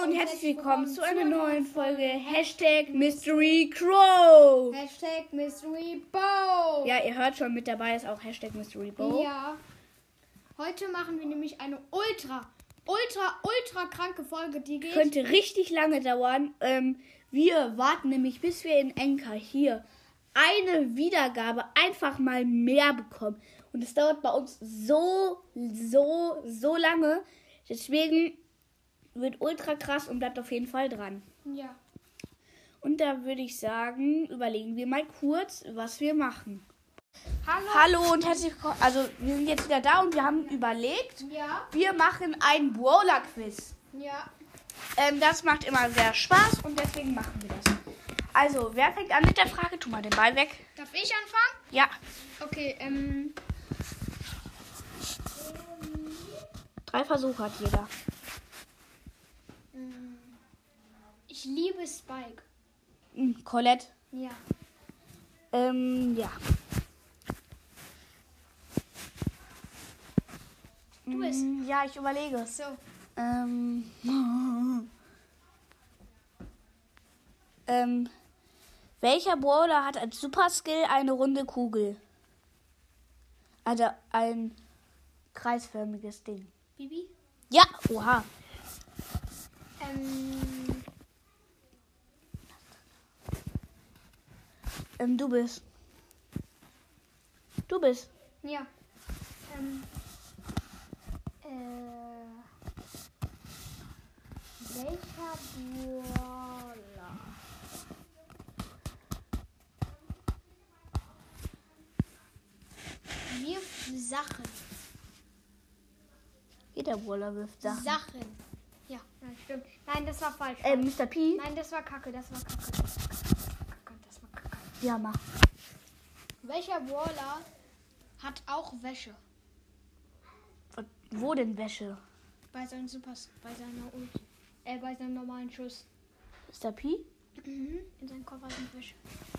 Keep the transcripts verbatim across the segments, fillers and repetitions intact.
und herzlich willkommen zu einer neuen Folge Hashtag Mystery Crow. Hashtag Mystery Bow. Ja, ihr hört schon, mit dabei ist auch Hashtag Mystery Bow. Ja. Heute machen wir nämlich eine ultra, ultra, ultra kranke Folge, die geht... Könnte richtig lange dauern. Ähm, wir warten nämlich, bis wir in Anchor hier eine Wiedergabe einfach mal mehr bekommen. Und es dauert bei uns so, so, so lange. Deswegen wird ultra krass und bleibt auf jeden Fall dran. Ja. Und da würde ich sagen, überlegen wir mal kurz, was wir machen. Hallo. Hallo und herzlich willkommen. Also wir sind jetzt wieder da und wir haben überlegt, Ja. wir machen ein Brawler-Quiz. Ja. Ähm, das macht immer sehr Spaß und deswegen machen wir das. Also, wer fängt an mit der Frage? Tu mal den Ball weg. Darf ich anfangen? Ja. Okay, ähm... Drei Versuche hat jeder. Ich liebe Spike. Hm, Colette. Ja. Ähm, ja. Du bist. Hm, ja, ich überlege. So. Ähm. ähm. Welcher Brawler hat als Superskill eine runde Kugel? Also ein kreisförmiges Ding. Bibi? Ja, oha. Ähm... Ähm, du bist. Du bist. Ja. Ähm... Äh... Welcher Brawler? Wirft Sachen. Jeder Brawler wirft Sachen. Sachen. Ja, nein, stimmt. Nein, das war falsch. Äh, Mister P? Nein, das war Kacke, das war Kacke. Das war Kacke, das war Kacke. Ja, mach. Welcher Brawler hat auch Wäsche? Und wo denn Wäsche? Bei seinem Supers, bei seiner Ulti. Äh, bei seinem normalen Schuss. Mister P? Mhm. In seinem Koffer sind Wäsche.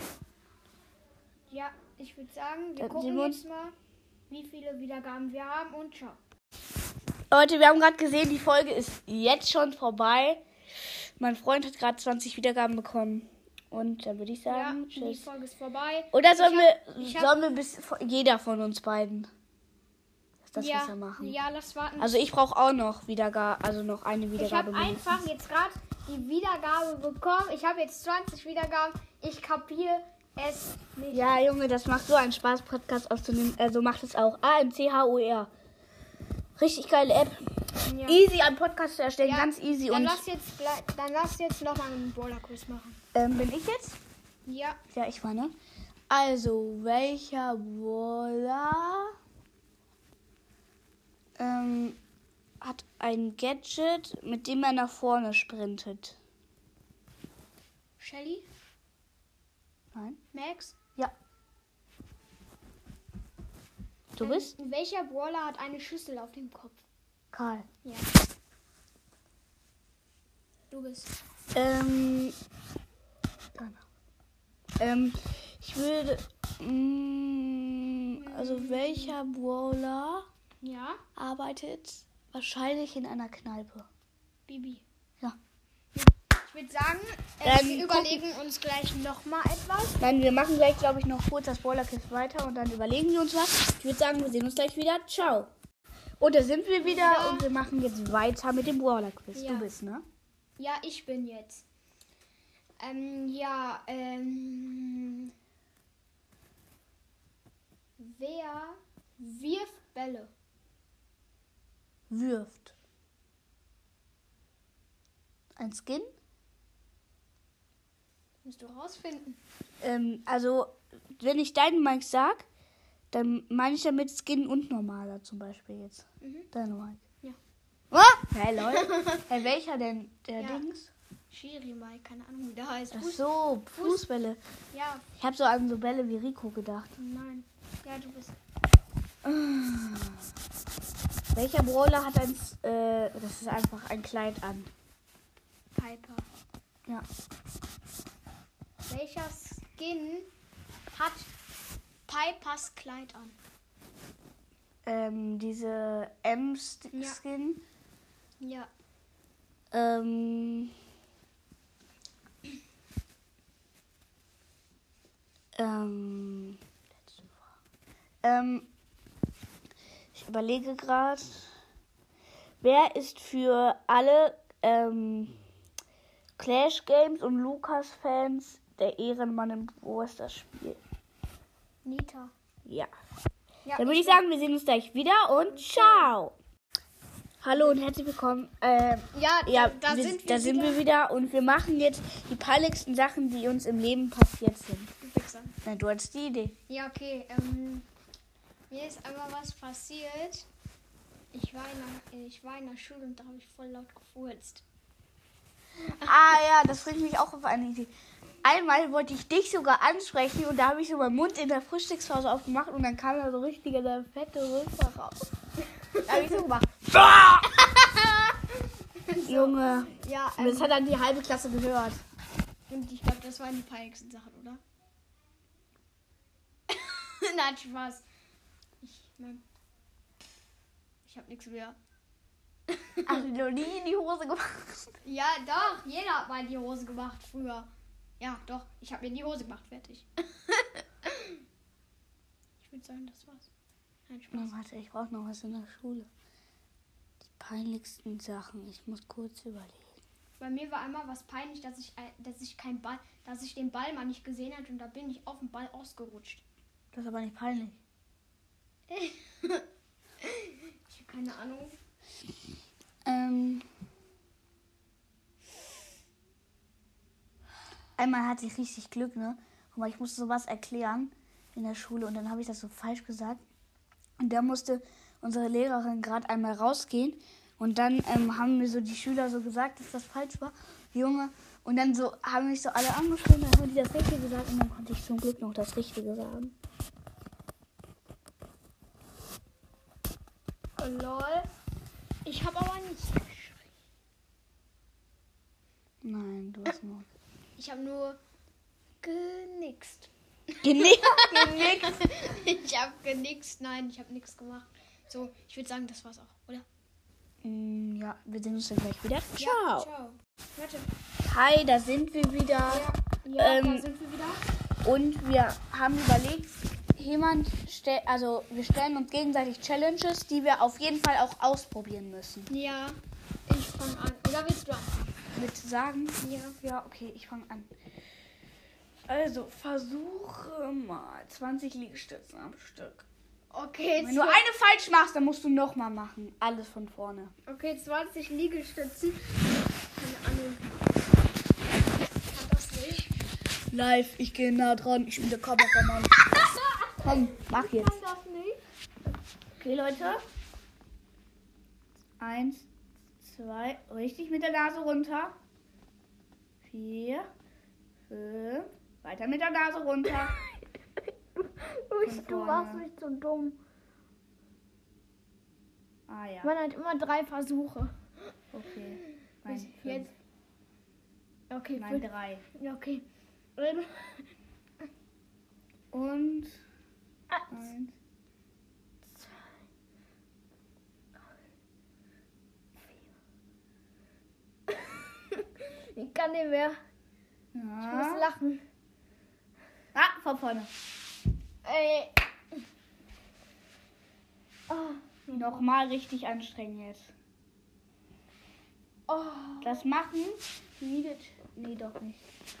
Ja, ich würde sagen, wir Äh, gucken Simon? jetzt mal, wie viele Wiedergaben wir haben und ciao. Leute, wir haben gerade gesehen, die Folge ist jetzt schon vorbei. Mein Freund hat gerade zwanzig Wiedergaben bekommen. Und dann würde ich Ja, sagen, die tschüss. Folge ist vorbei. Oder sollen Ich wir, hab- ich hab- sollen wir bis jeder von uns beiden das ja, besser machen? ja, lass warten. Also ich brauche auch noch Wiedergabe, also noch eine ich Wiedergabe. habe einfach jetzt gerade die Wiedergabe bekommen. Ich habe jetzt zwanzig Wiedergaben. Ich kapiere es nicht. Ja, Junge, das macht so einen Spaß, Podcast aufzunehmen. Also macht es auch. A M C H O R. Richtig geile App. Ja. Easy, einen Podcast zu erstellen, Ja, ganz easy. Dann Und lass jetzt gleich, dann lass jetzt noch mal einen Brawler-Quiz machen. ähm, bin ich jetzt? Ja. Ja, ich war, ne? Also, welcher Brawler ähm, hat ein Gadget, mit dem er nach vorne sprintet? Shelly? Nein? Max? Ja. Du bist? Ähm, welcher Brawler hat eine Schüssel auf dem Kopf? Karl. Ja. Du bist. Ähm, ähm, ich würde, mh, also welcher Brawler Ja. arbeitet wahrscheinlich in einer Kneipe? Bibi. Ja. Ich würde sagen, äh, Dann wir überlegen uns gleich nochmal etwas. Nein, wir machen gleich, glaube ich, noch kurz das Brawler-Quiz weiter und dann überlegen wir uns was. Ich würde sagen, wir sehen uns gleich wieder. Ciao. Und da sind wir wieder Ja. und wir machen jetzt weiter mit dem Brawler-Quiz. Ja. Du bist, ne? Ja, ich bin jetzt. Ähm, ja, ähm. Wer wirft Bälle? Wirft. Ein Skin? Musst du rausfinden. Ähm, also, wenn ich Dynamite sag, dann meine ich damit Skin und normaler zum Beispiel jetzt. Mhm. Dynamite. Ja. Ah! Hey, Leute. Hey, welcher denn? Der Ja. Dings? Shiri Mai, keine Ahnung, wie der heißt. Ach Fuß- so, Fußbälle. Ja, Ich habe so an so Bälle wie Rico gedacht. nein. Ja, du bist. Welcher Brawler hat ein, S- äh, das ist einfach ein Kleid an? Piper. Ja. Welcher Skin hat Pipers Kleid an? Ähm, diese M-Skin. Ja. Ähm. Ähm. Letzte Frage. Ähm. Ich überlege gerade, wer ist für alle ähm, Clash Games und Lukas-Fans der Ehrenmann im Wo ist das Spiel? Nita. Ja. Ja, Dann würde ich sagen, wir sehen uns gleich wieder und ciao. Hallo und herzlich willkommen. Ähm, Ja, ja, da wir, sind wir da sind wieder. wir wieder und wir machen jetzt die peinlichsten Sachen, die uns im Leben passiert sind. Wichser. Na, du hattest die Idee. Ja, okay. Ähm, mir ist einmal was passiert. Ich war, in der, ich war in der Schule und da habe ich voll laut gefurzt. Ah ja, das bringt mich auch auf eine Idee. Einmal wollte ich dich sogar ansprechen und da habe ich so meinen Mund in der Frühstückspause aufgemacht und dann kam da so richtig eine fette Rülpser raus. Da habe ich so gemacht. Junge. Ja, Und das ähm, hat dann die halbe Klasse gehört. und ich glaube, das waren die peinlichsten Sachen, oder? Nein, Spaß. Ich mein, ich habe nichts mehr. Hast du noch nie in die Hose gemacht? Ja, doch. Jeder hat mal in die Hose gemacht früher. Ja, doch. Ich habe mir in die Hose gemacht. Fertig. Ich würde sagen, das war's. Nein, Na, Spaß. warte, ich brauche noch was in der Schule. Die peinlichsten Sachen. Ich muss kurz überlegen. Bei mir war einmal was peinlich, dass ich, ein- dass ich kein Ball, dass ich den Ball mal nicht gesehen habe und da bin ich auf den Ball ausgerutscht. Das ist aber nicht peinlich. Ich habe keine Ahnung. Ähm. Einmal hatte ich richtig Glück, ne? Guck mal, ich musste sowas erklären in der Schule und dann habe ich das so falsch gesagt. Und da musste unsere Lehrerin gerade einmal rausgehen und dann ähm, haben mir so die Schüler so gesagt, dass das falsch war, Junge. Und dann so haben mich so alle angesprochen, dann haben die das Richtige gesagt und dann konnte ich zum Glück noch das Richtige sagen. Oh, lol. Ich habe aber nicht geschrien. Nein, du hast nur... Ich habe nur genickst. Genickt, genickt. Ich habe genickst. Nein, ich habe nichts gemacht. So, ich würde sagen, das war's auch, oder? Mm, ja, wir sehen uns dann gleich wieder. Ja, Ciao. ciao. Warte. Hi, da sind wir wieder. Ja, ja Ähm, da sind wir wieder. Und wir haben überlegt, jemand stell, also wir stellen uns gegenseitig Challenges, die wir auf jeden Fall auch ausprobieren müssen. Ja, ich fange an. Oder willst du anfangen? Mit sagen? Ja. Ja, okay, ich fange an. Also, versuche mal zwanzig Liegestützen am Stück. Okay, Wenn du eine falsch machst, dann musst du nochmal machen. Alles von vorne. okay, zwanzig Liegestützen. Keine Ahnung. Ich kann das nicht. Live, ich gehe nah dran. Ich bin der Kameramann. Komm, mach Ich jetzt. kann das nicht. Okay, Leute. Eins, zwei, richtig mit der Nase runter. Vier, fünf, weiter mit der Nase runter. Du, du machst mich so dumm. Ah ja, Man hat immer drei Versuche. okay. Nein, Bis fünf. jetzt. Okay, Nein, fünf. drei. Ja, okay. Und Eins. eins. Ich kann nicht mehr. Ich muss Ja. lachen. Ah, von vorne. Ey. Oh. Nochmal richtig anstrengen jetzt. Oh. Das machen. Needed. Nee, doch nicht.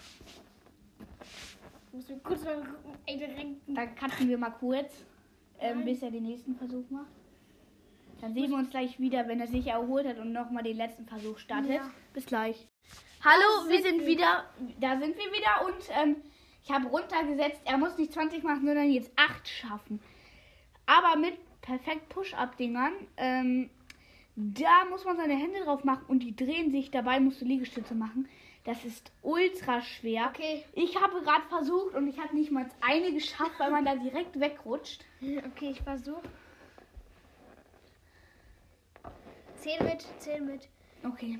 Ich muss mir kurz mal gucken. Ey, der ringt. Dann cutten wir mal kurz, ähm, Nein. bis er den nächsten Versuch macht. Dann sehen wir uns gleich wieder, wenn er sich erholt hat und nochmal den letzten Versuch startet. Ja. Bis gleich. Hallo, Da wir sind sind wir. wieder. Da sind wir wieder und ähm, ich habe runtergesetzt. Er muss nicht zwanzig machen, sondern jetzt acht schaffen. Aber mit perfekt Push-Up-Dingern. Ähm, da muss man seine Hände drauf machen und die drehen sich. Dabei musst du Liegestütze machen. Das ist ultra schwer. Okay. Ich habe gerade versucht und ich habe nicht mal eine geschafft, weil man da direkt wegrutscht. Okay, ich versuche. Zähl mit, zähl mit. Okay.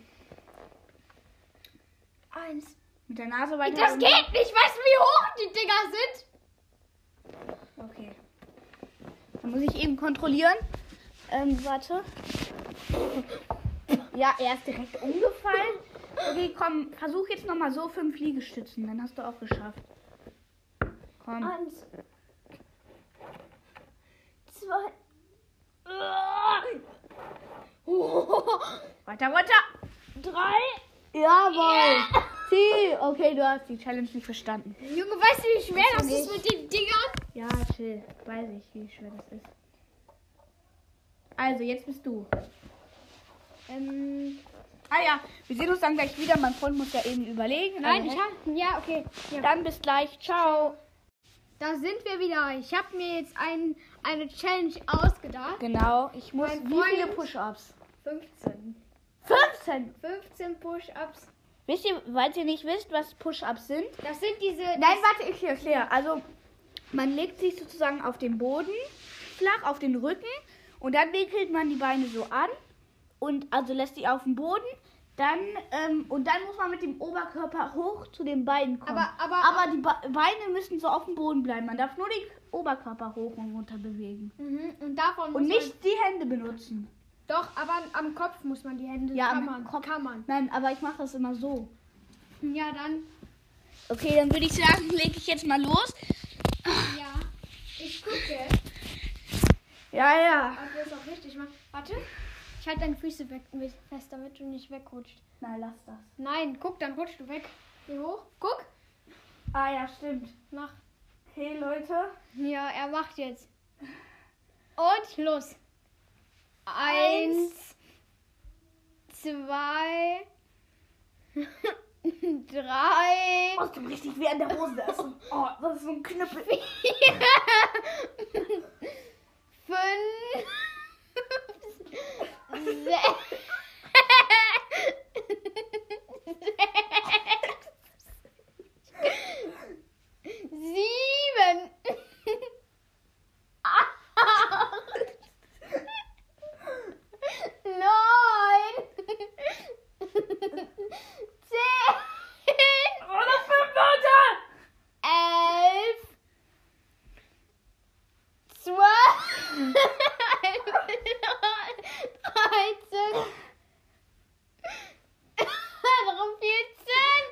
Eins. Mit der Nase weiter. Das runter. geht nicht. Weißt du, wie hoch die Dinger sind? Okay. Dann muss ich eben kontrollieren. Ähm, warte. Ja, er ist direkt umgefallen. Okay, komm, versuch jetzt nochmal so fünf Liegestützen. Dann hast du auch geschafft. Komm. Eins. Zwei. Weiter, weiter. Drei. Jawohl. Zieh. Okay, du hast die Challenge nicht verstanden. Junge, weißt du, wie schwer das Nicht. ist mit den Dingern? Ja, chill. Weiß ich, wie schwer das ist. Also, jetzt bist du. Ähm, Ah ja, wir sehen uns dann gleich wieder. Mein Freund muss ja eben überlegen. nein, Also, ich hab. Ja, okay. Ja. Dann bis gleich. Ciao. Da sind wir wieder. Ich habe mir jetzt ein, eine Challenge ausgedacht. Genau, ich muss. Mein Wie viele Freund- Push-Ups? fünfzehn. fünfzehn. fünfzehn Push-Ups. Wisst ihr, weil ihr nicht wisst, was Push-Ups sind? Das sind diese. Nein, warte, ich erkläre. Also, man legt sich sozusagen auf den Boden, flach auf den Rücken und dann wickelt man die Beine so an und also lässt die auf den Boden. Dann, ähm, und dann muss man mit dem Oberkörper hoch zu den Beinen kommen. Aber- aber- aber die Be Beine müssen so auf dem Boden bleiben. Man darf nur den Oberkörper hoch und runter bewegen. Mhm. Und davon Und muss nicht die Hände benutzen. Man, doch, aber am Kopf muss man die Hände. Ja, kann am man. Kopf. Kann man. Nein, aber ich mache das immer so. Ja, dann. Okay, dann würde ich sagen, lege ich jetzt mal los. Ja. Ich gucke. Ja, ja. Ob wir es auch richtig machen. Warte. Ich halte deine Füße weg, fest, damit du nicht wegrutscht. Nein, lass das. Nein, guck, dann rutschst du weg. Geh hoch. Guck. Ah ja, stimmt. Mach. Okay, Leute. Ja, er macht jetzt. Und los. Eins, zwei, drei, Oh, es tut richtig weh an der Hose. Das ist so, oh, das ist so ein Knüppel. fünf, sechs, sieben, neun, zehn, Oder fünf Leute! elf, zwölf, dreizehn, vierzehn,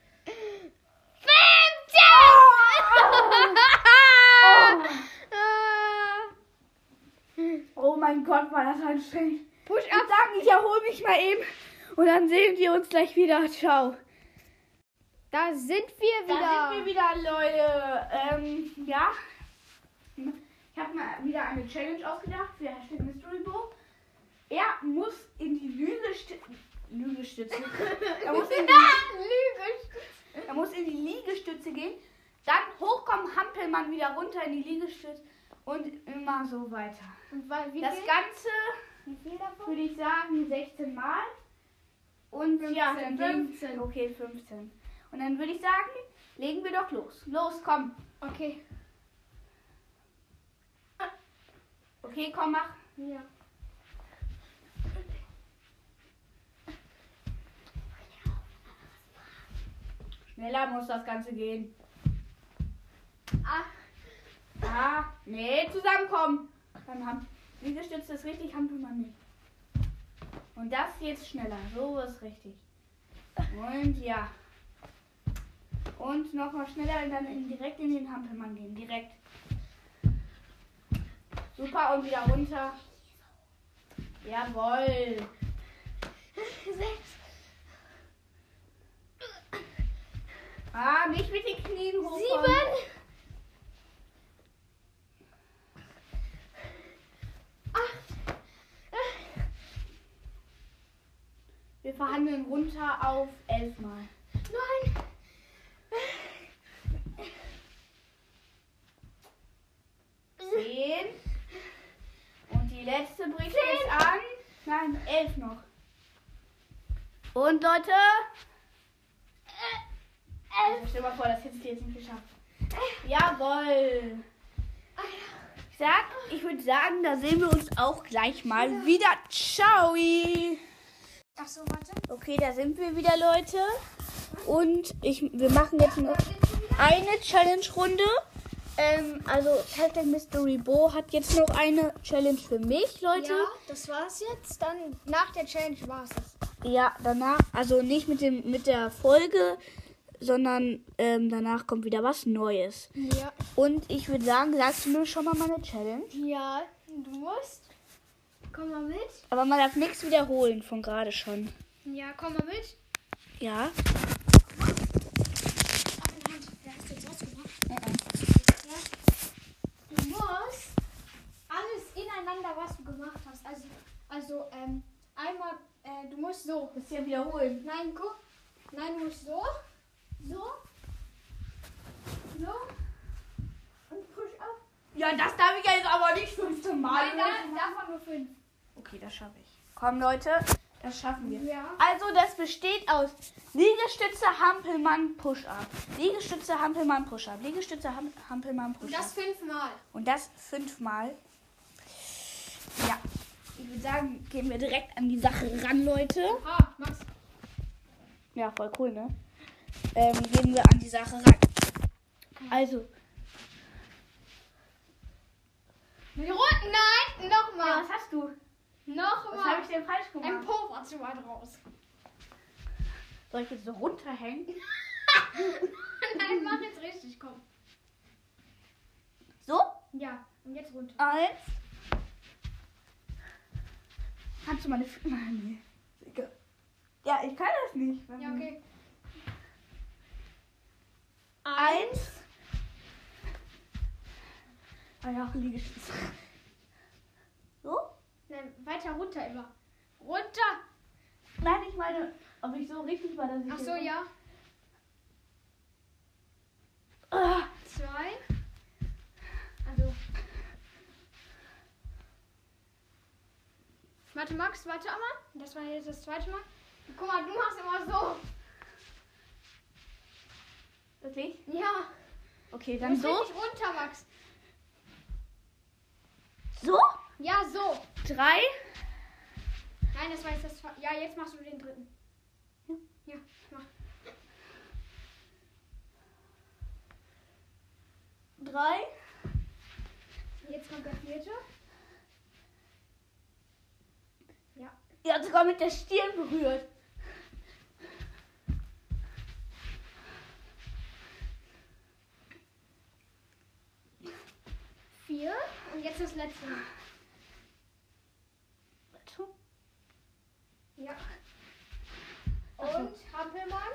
fünfzehn. Oh mein Gott, war das anstrengend. Push Ich sag, ich erhole mich mal eben. Und dann sehen wir uns gleich wieder. Ciao. Da sind wir wieder. Da sind wir wieder, Leute. Ähm, ja. Ich habe mir wieder eine Challenge ausgedacht für Hashtag Mystery Bow. Er muss in die Lügestütze. Lügestütze. Er muss in die, Lüge. er muss in die Liegestütze gehen. Dann hochkommen, hampelt man wieder runter in die Liegestütze. Und immer so weiter. Und wa- wie Das viel? Ganze Wie viel davon? würde ich sagen sechzehn Mal. Und ja, dann legen- fünfzehn. Okay, fünfzehn. Und dann würde ich sagen, legen wir doch los. Los, komm. Okay. Okay, komm, mach. Ja. Schneller muss das Ganze gehen. Ah, Ah, nee, zusammenkommen. Beim Ham Liegestütze ist richtig, hampelt man nicht. Und das jetzt schneller. So ist richtig. Und ja. Und nochmal schneller und dann in, direkt in den Hampelmann gehen. Direkt. Super, und wieder runter. Jawohl. sechs. Ah, nicht mit den Knien hoch. Sieben. Acht. Wir verhandeln runter auf elf Mal. Neun. Zehn. Und die letzte bricht jetzt an. Nein, elf noch. Und Leute. Also stell mal vor, das hättest du jetzt nicht geschafft. Jawohl. Ich sag, ich würde sagen, da sehen wir uns auch gleich mal wieder. Ciao. Ach so, warte. Okay, da sind wir wieder, Leute. Und ich, wir machen jetzt noch eine Challenge-Runde. Ähm, also Hashtag Mystery Bo hat jetzt noch eine Challenge für mich, Leute. Ja, das war's jetzt. Dann nach der Challenge war's es. Ja, danach, also nicht mit dem mit der Folge, sondern ähm, danach kommt wieder was Neues. Ja. Und ich würde sagen, sagst du mir schon mal meine Challenge? Ja, du musst. Komm mal mit. Aber man darf nichts wiederholen von gerade schon. Ja, komm mal mit. Ja? Hast du jetzt ausgemacht? Du musst alles ineinander, was du gemacht hast. Also, also ähm, einmal, äh, du musst so. Das hier wiederholen. Nein, guck. Nein, du musst so. So. So. Und push up. Ja, das darf ich jetzt aber nicht fünfzehn Mal. Nein, nein, davon nur fünf. Okay, das schaffe ich. Komm, Leute, das schaffen wir. Ja. Also, das besteht aus Liegestütze, Hampelmann, Push-Up. Liegestütze, Hampelmann, Push-Up. Liegestütze, Ham Hampelmann, Und Push-Up. das fünfmal. Und das fünfmal. Ja. Ich würde sagen, gehen wir direkt an die Sache ran, Leute. Ah, Max. Ja, voll cool, ne? Ähm, gehen wir an die Sache ran. Also. Mit roten, nein, nochmal. Ja, was hast du? Nochmal. Was habe ich denn falsch gemacht? Ein Po war zu weit raus. Soll ich jetzt so runterhängen? Nein, mach jetzt richtig, komm. So? Ja, und jetzt runter. Eins. Kannst du meine F nee. Ja, ich kann das nicht. Ja, okay. Eins. Ah ja, Liegestütze. So? Nein, weiter runter immer. Runter. Nein, ich meine, ob ich so richtig war, dass ich... Ach so, ja. Ah. Zwei. Also. Warte, Max, warte einmal. Das war jetzt das zweite Mal. Guck mal, du machst immer so. Wirklich? Ja. Okay, Du dann musst so. richtig runter, Max. So? Ja, so. Drei. Nein, das war jetzt das zweite. Ja, jetzt machst du den dritten. Ja. Ja, mach. Drei. Jetzt kommt der vierte. Ja. Ja, sogar mit der Stirn berührt. Vier. Und jetzt das letzte Mal. Warte. Ja. Und Hampelmann.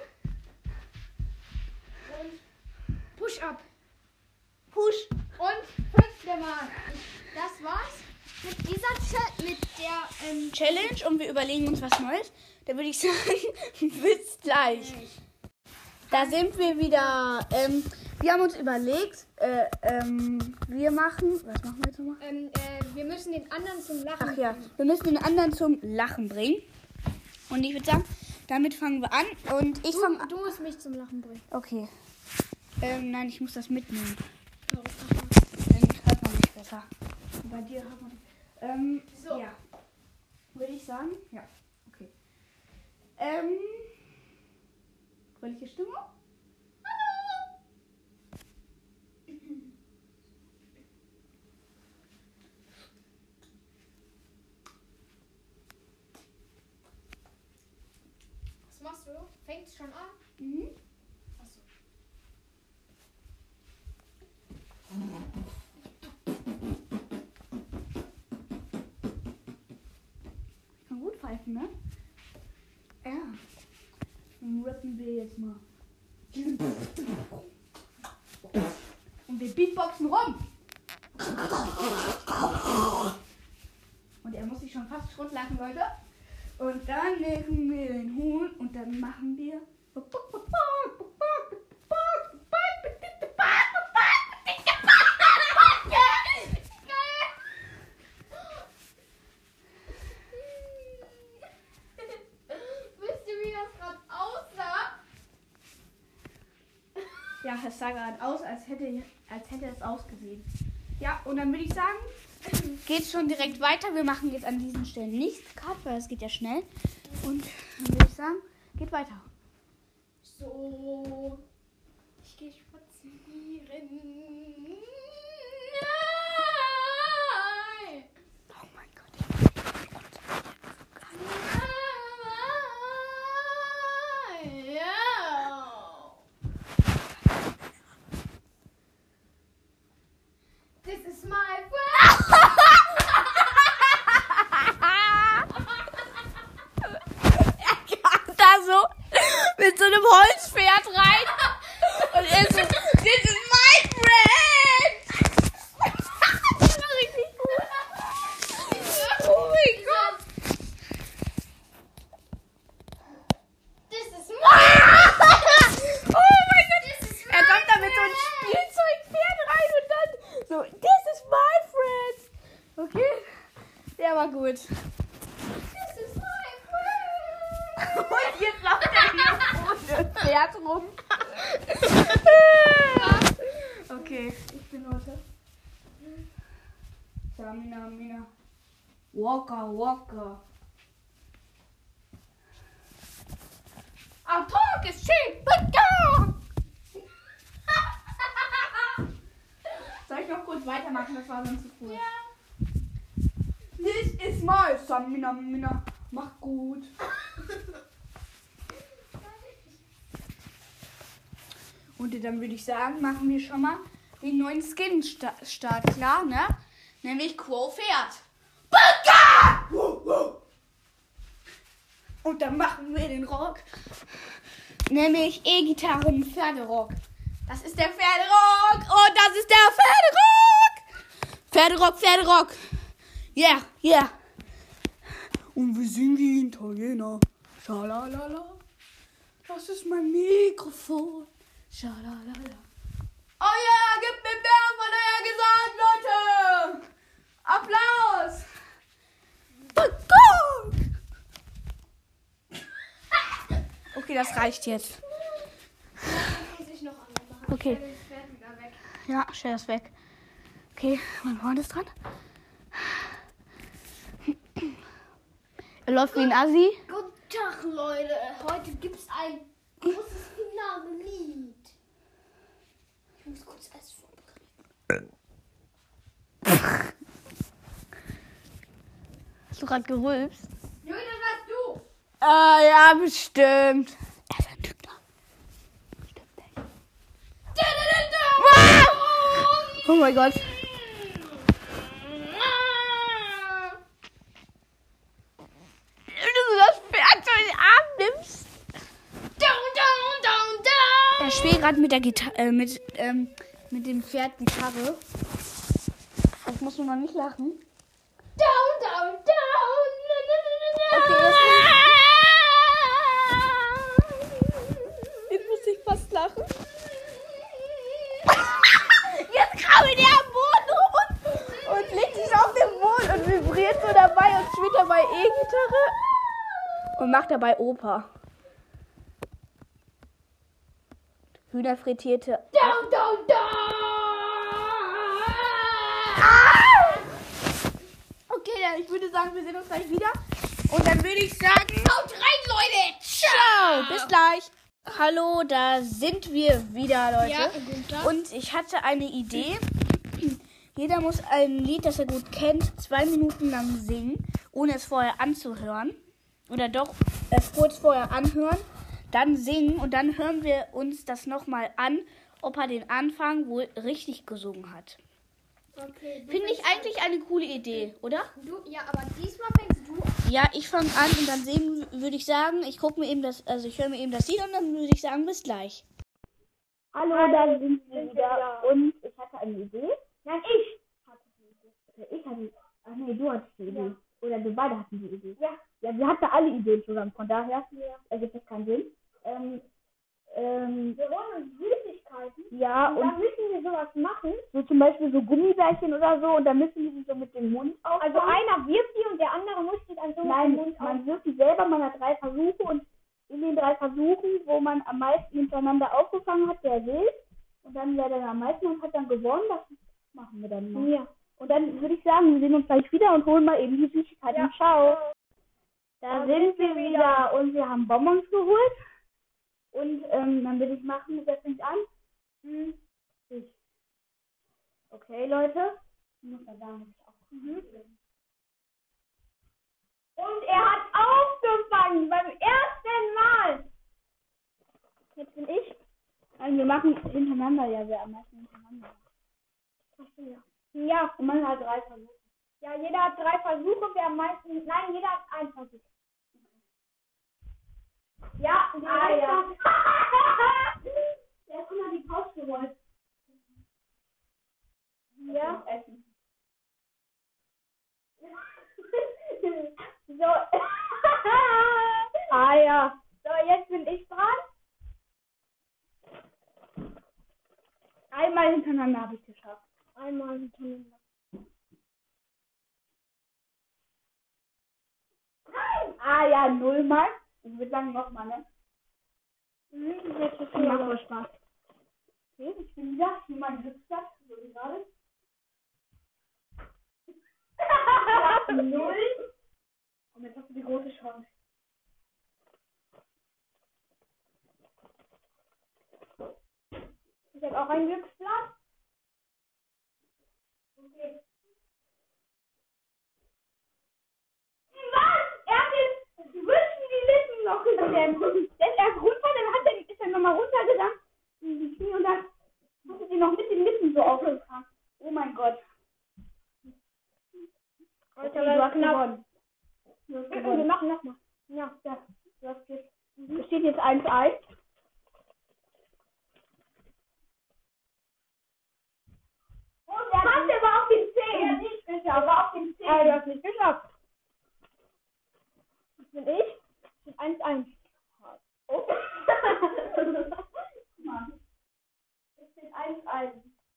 Und Push-Up. Push. Und fünfte Mal. Das war's mit dieser Ch mit der ähm, Challenge und wir überlegen uns was Neues. Dann würde ich sagen, bis gleich. Da sind wir wieder. Ähm, wir haben uns überlegt, äh, ähm, wir machen. Was machen wir jetzt nochmal? ähm, äh, wir müssen den anderen zum Lachen Ach ja, bringen. wir müssen den anderen zum Lachen bringen. Und ich würde sagen, damit fangen wir an. Und ich fange Du, an. du musst mich zum Lachen bringen. Okay. Ähm, nein, ich muss das mitnehmen. Warum? Dann hört man mich besser. Bei dir hört man. Ähm, So. Ja. Würde ich sagen? Ja. Okay. Ähm. Welche Stimmung? Hallo! Was machst du? Fängt's schon an? Mhm. Achso. Kann gut pfeifen, ne? Ja. Dann rappen wir jetzt mal. Und wir beatboxen rum. Und er muss sich schon fast schrott lachen, Leute. Und dann nehmen wir den Huhn und dann machen wir. Wisst ihr, wie das gerade aussah? Ja, es sah gerade aus, als hätte, als hätte es ausgesehen. Ja, und dann würde ich sagen, geht's schon direkt weiter. Wir machen jetzt an diesen Stellen nicht Cut, weil es geht ja schnell. Und dann würde ich sagen, geht weiter. So. Ich gehe spazieren. mit so einem Holzpferd rein. Und er so, this is my friend. Das war richtig gut. Oh mein Gott. Das ist Oh mein Gott. Er kommt da mit so einem Spielzeugpferd rein und dann so, this is my friend. Okay? Der war gut. This is my friend. Und jetzt läuft er hier ohne Pferd rum. Okay, ich bin heute. Samina, Mina. Walker, Walker. Our talk is cheap, but go! Soll ich noch kurz weitermachen? Das war sonst zu kurz. Ja. This is my Samina, Mina. Mach gut. Und dann würde ich sagen, machen wir schon mal den neuen Skin-Start klar, ne? Nämlich Quo Pferd. Baka! Und dann machen wir den Rock. Nämlich E-Gitarren Pferderock. Das ist der Pferderock. Und das ist der Pferderock. Pferderock, Pferderock. Yeah, yeah. Und wir singen wie Italiener. Schalalala. Das ist mein Mikrofon. Schalalala. Oh ja, gib mir mehr von euer Gesang, Leute. Applaus. Okay, das reicht jetzt. Okay. Ja, stell das weg. Okay, mein Freund ist dran. Er läuft wie ein Assi. Guten Tag, Leute. Heute gibt's ein großes Finale-Lied. Ich muss kurz alles vorbereiten. Hast du gerade gerülpst? Junge, das warst du. Ah, ja, bestimmt. Er ist ein Lügner. Stimmt nicht. Da, da, da, da. Oh mein Gott. Wenn du das Pferd so in den Arm nimmst. Down, down, down, down. Er spielt gerade mit der Gitarre, äh, mit, ähm, mit dem Pferd Gitarre. Das muss man noch nicht lachen. Down, down, down. Okay, jetzt, jetzt muss ich fast lachen. Jetzt krabbelt er am Boden rum und, und legt sich auf den Boden und vibriert so dabei und spielt dabei E-Gitarre und macht dabei Oper. Hühner frittierte. Down, down, down. Okay, dann ich würde sagen, wir sehen uns gleich wieder. Und dann würde ich sagen, Haut rein, Leute. ciao, bis gleich. Hallo, da sind wir wieder, Leute. Ja, guten Tag. Und ich hatte eine Idee. Jeder muss ein Lied, das er gut kennt, zwei Minuten lang singen, ohne es vorher anzuhören. Oder doch es kurz vorher anhören, dann singen und dann hören wir uns das nochmal an, ob er den Anfang wohl richtig gesungen hat. Okay, du Finde ich fängst eigentlich eine coole Idee, oder? an. Du, ja, aber diesmal fängst du an. Ja, ich fange an und dann sehen, würde ich sagen, ich gucke mir eben das, also ich höre mir eben das Lied und dann würde ich sagen, bis gleich. Hallo, da sind wir wieder und ich hatte eine Idee. Nein, ich. Okay, ich hatte, ach nee, du hattest die Idee. Oder wir beide hatten die Idee. Ja. Ja, wir hatten alle Ideen zusammen, von daher ergibt das keinen Sinn. Ähm, ähm, Wir holen uns Süßigkeiten. ja, Und und dann müssen wir sowas machen. so zum Beispiel so Gummibärchen oder so und dann müssen wir sie so mit dem Mund auffangen. Also einer wirft die und der andere muss die dann so Nein, mit dem Mund man wirft die selber, man hat drei Versuche und in den drei Versuchen, wo man am meisten hintereinander aufgefangen hat, der will. Und dann wer dann am meisten und hat dann gewonnen, das machen wir dann mal. Ja. Und dann würde ich sagen, wir sehen uns gleich wieder und holen mal eben die Süßigkeiten. Ja. Ciao. Da Da sind sind wir wir wieder und wir haben Bonbons geholt. Und ähm, dann würde ich machen, wer fängt an? Hm. Ich. Okay, Leute. Ich muss da sagen, dass ich auch. Mhm. Und er hat aufgefangen beim ersten Mal. Jetzt bin ich. Also wir machen hintereinander, ja, wer am meisten hintereinander. Ja. Ja, und man hat drei Versuche. Ja, jeder hat drei Versuche, wer am meisten. Nein, jeder hat einen Versuch. Ja, und Ah, ja. Einmal hintereinander habe ich geschafft. Einmal hintereinander. Nein! Ah ja, nullmal. Ich würde sagen nochmal, ne? Mhm, jetzt ist Das macht es voll Spaß. Okay, ich bin wieder. Ich nehme meinen Glücksplatz. So wie gerade. Null. Und jetzt hast du die große Chance. Ich habe auch ein Glücksblatt. Okay. Was? Er hat jetzt zwischen die Lippen noch geklemmt. Der ist erst runter, dann hat er, ist er nochmal runtergegangen in die Knie und dann hat er sie noch mit den Lippen so aufgefangen. Oh mein Gott. Okay, du hast gewonnen. Du hast Wir gewonnen. machen nochmal. Ja, ja. Du hast jetzt. Es steht jetzt eins eins. Und er hat der war auf den zehn. Ja, nicht geschafft. Er war auf den zehn. Ah, du hast nicht geschafft. Das bin ich. Das ist eins eins. Oh. Mann. Es steht eins eins.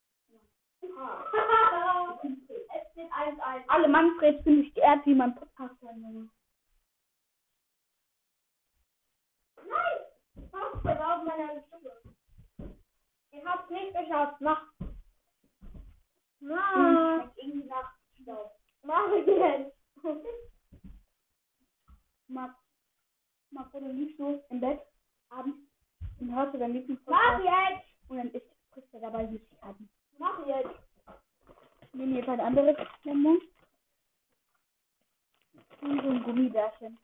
Es steht eins eins. Alle Manfreds bin ich geehrt, wie man Podcast hören. Nein! Mach, der war auf meiner Stimme. Ich hab's nicht geschafft. Mach. Mach. Schmeckt irgendwie nach Staub. Mach ich jetzt. Marc, Marc, oder liegst du im Bett abends und hörst du deinen Mach Lieblingspodcast jetzt. und dann isst, frisst er dabei Süßigkeiten. Mach jetzt. Ich nehme jetzt ein anderes Lemon. Und so ein Gummibärchen.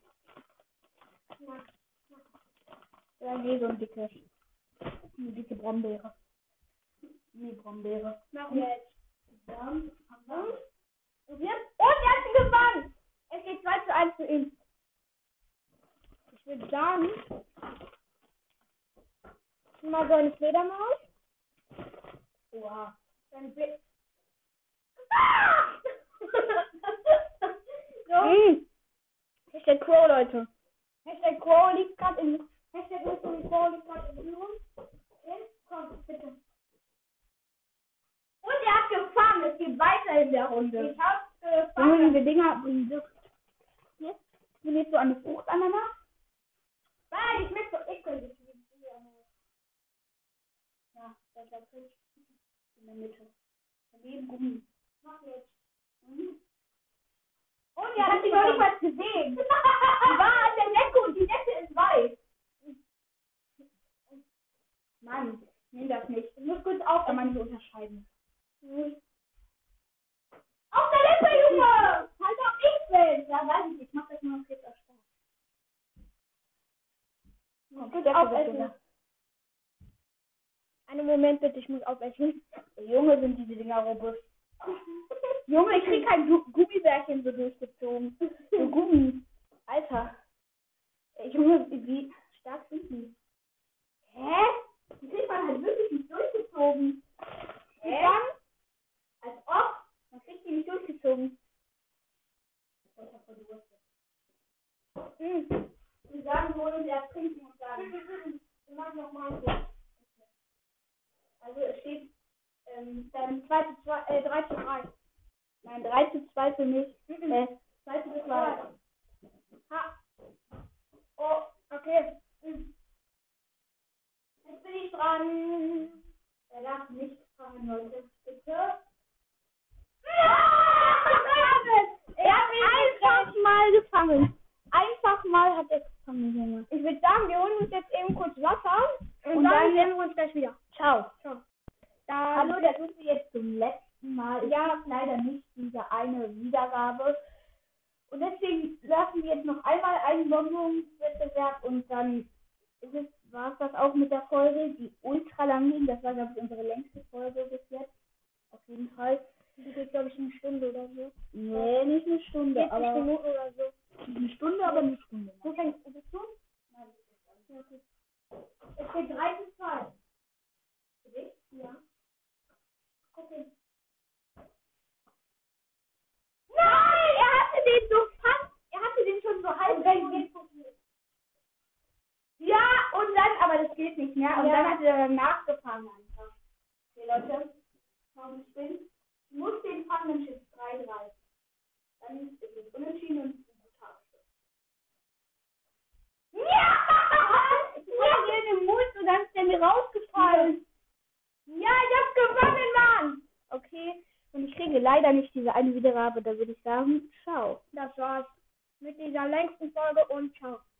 Ja, nee, so ein dickes. Eine dicke Brombeere. Nee, Brombeere. Mach jetzt. Dann haben wir. Und jetzt? Und er hat sie gefangen. Es geht zwei zu eins für ihn. Ich würde sagen, mal so eine Fledermaus. Oha. Dann Blick. So. Mm. Hashtag Crow, Leute. Hashtag Crow liegt gerade in. Hashtag Crow liegt gerade in Führung. Okay, komm, bitte. Und er hat gefangen. Es geht weiter in der Runde. Ich hab's Junge, gefangen. diese Dinger bringen Glück. Jetzt? Du nimmst so eine Frucht Ananas. Nein, ich möchte so eklig. Ja, da ist der Pilz. In der Mitte. Daneben Gummi. Mach jetzt. Mhm. Und ja, hat sie noch nicht was gesehen. Die war an der Decke und die Decke ist weiß. Mann, nimm das nicht. Ich muss kurz auf. Kann man nicht unterscheiden. Auf der Lippe, Junge! Halt auf ich will! Ja, weiß ich nicht. Ich mach das nur noch jetzt aus Spaß. Gut, Decke aufessen. wird gesagt. Einen Moment bitte, ich muss aufessen. Junge, sind diese Dinger robust. Junge, ich krieg kein Gu- Gummibärchen so durchgezogen. So Gummi. Alter. Ey, Junge, wie stark sind die? Hä? Die kriegt man halt wirklich nicht durchgezogen. Hä? Dann, als ob, man kriegt die nicht durchgezogen. Ich hab voll Durst. Mhm. Wir sagen, wir wollen uns erst trinken und dann. Wir machen nochmal so. Also es steht, ähm, Dann zwei zu zwei, äh, drei zu drei. nein, drei zu zwei für mich. Mhm. Äh, zwei zu zwei. Ha. Oh, okay. Mhm. Jetzt bin ich dran. Er darf nicht fangen, Leute. Bitte. Er hat einfach mal gefangen. Einfach mal hat er gefangen, Junge. Ich würde sagen, wir holen uns jetzt eben kurz Wasser und, Und dann, dann- sehen wir uns gleich wieder. Ciao. Ciao. Hallo, Dann, das ist jetzt zum letzten Mal. Ich Ja. habe leider nicht diese eine Wiedergabe. Und deswegen lassen wir jetzt noch einmal einen Bonbon-Wettbewerb und dann war es das auch mit der Folge, die ultra lang ging. Das war, glaube ich, unsere längste Folge bis jetzt. Auf jeden Fall. die geht, glaube ich, eine Stunde oder so. Nee, nicht eine Stunde, vierzig aber Minuten oder so. eine Stunde, aber eine Stunde. Du fängst du bist du? Nein, Ja, okay. Es steht drei zu zwei. für dich? Ja. Okay. Nein, er hatte den so fast, er hatte den schon so halb weg. Ja, und dann, aber das geht nicht mehr. Und Ja. dann hat er dann nachgefangen einfach. Leute, warum ich bin? Ich muss den fangen Schiff drei drei. Dann ist es unentschieden und ein guter Abschluss. Ja! Ich hab dir den Mut, so ganz der mir rausgefallen. Ja, ich hab gewonnen, Mann! Okay, und ich kriege leider nicht diese eine Wiedergabe, da würde ich sagen, ciao. Das war's mit dieser längsten Folge und ciao.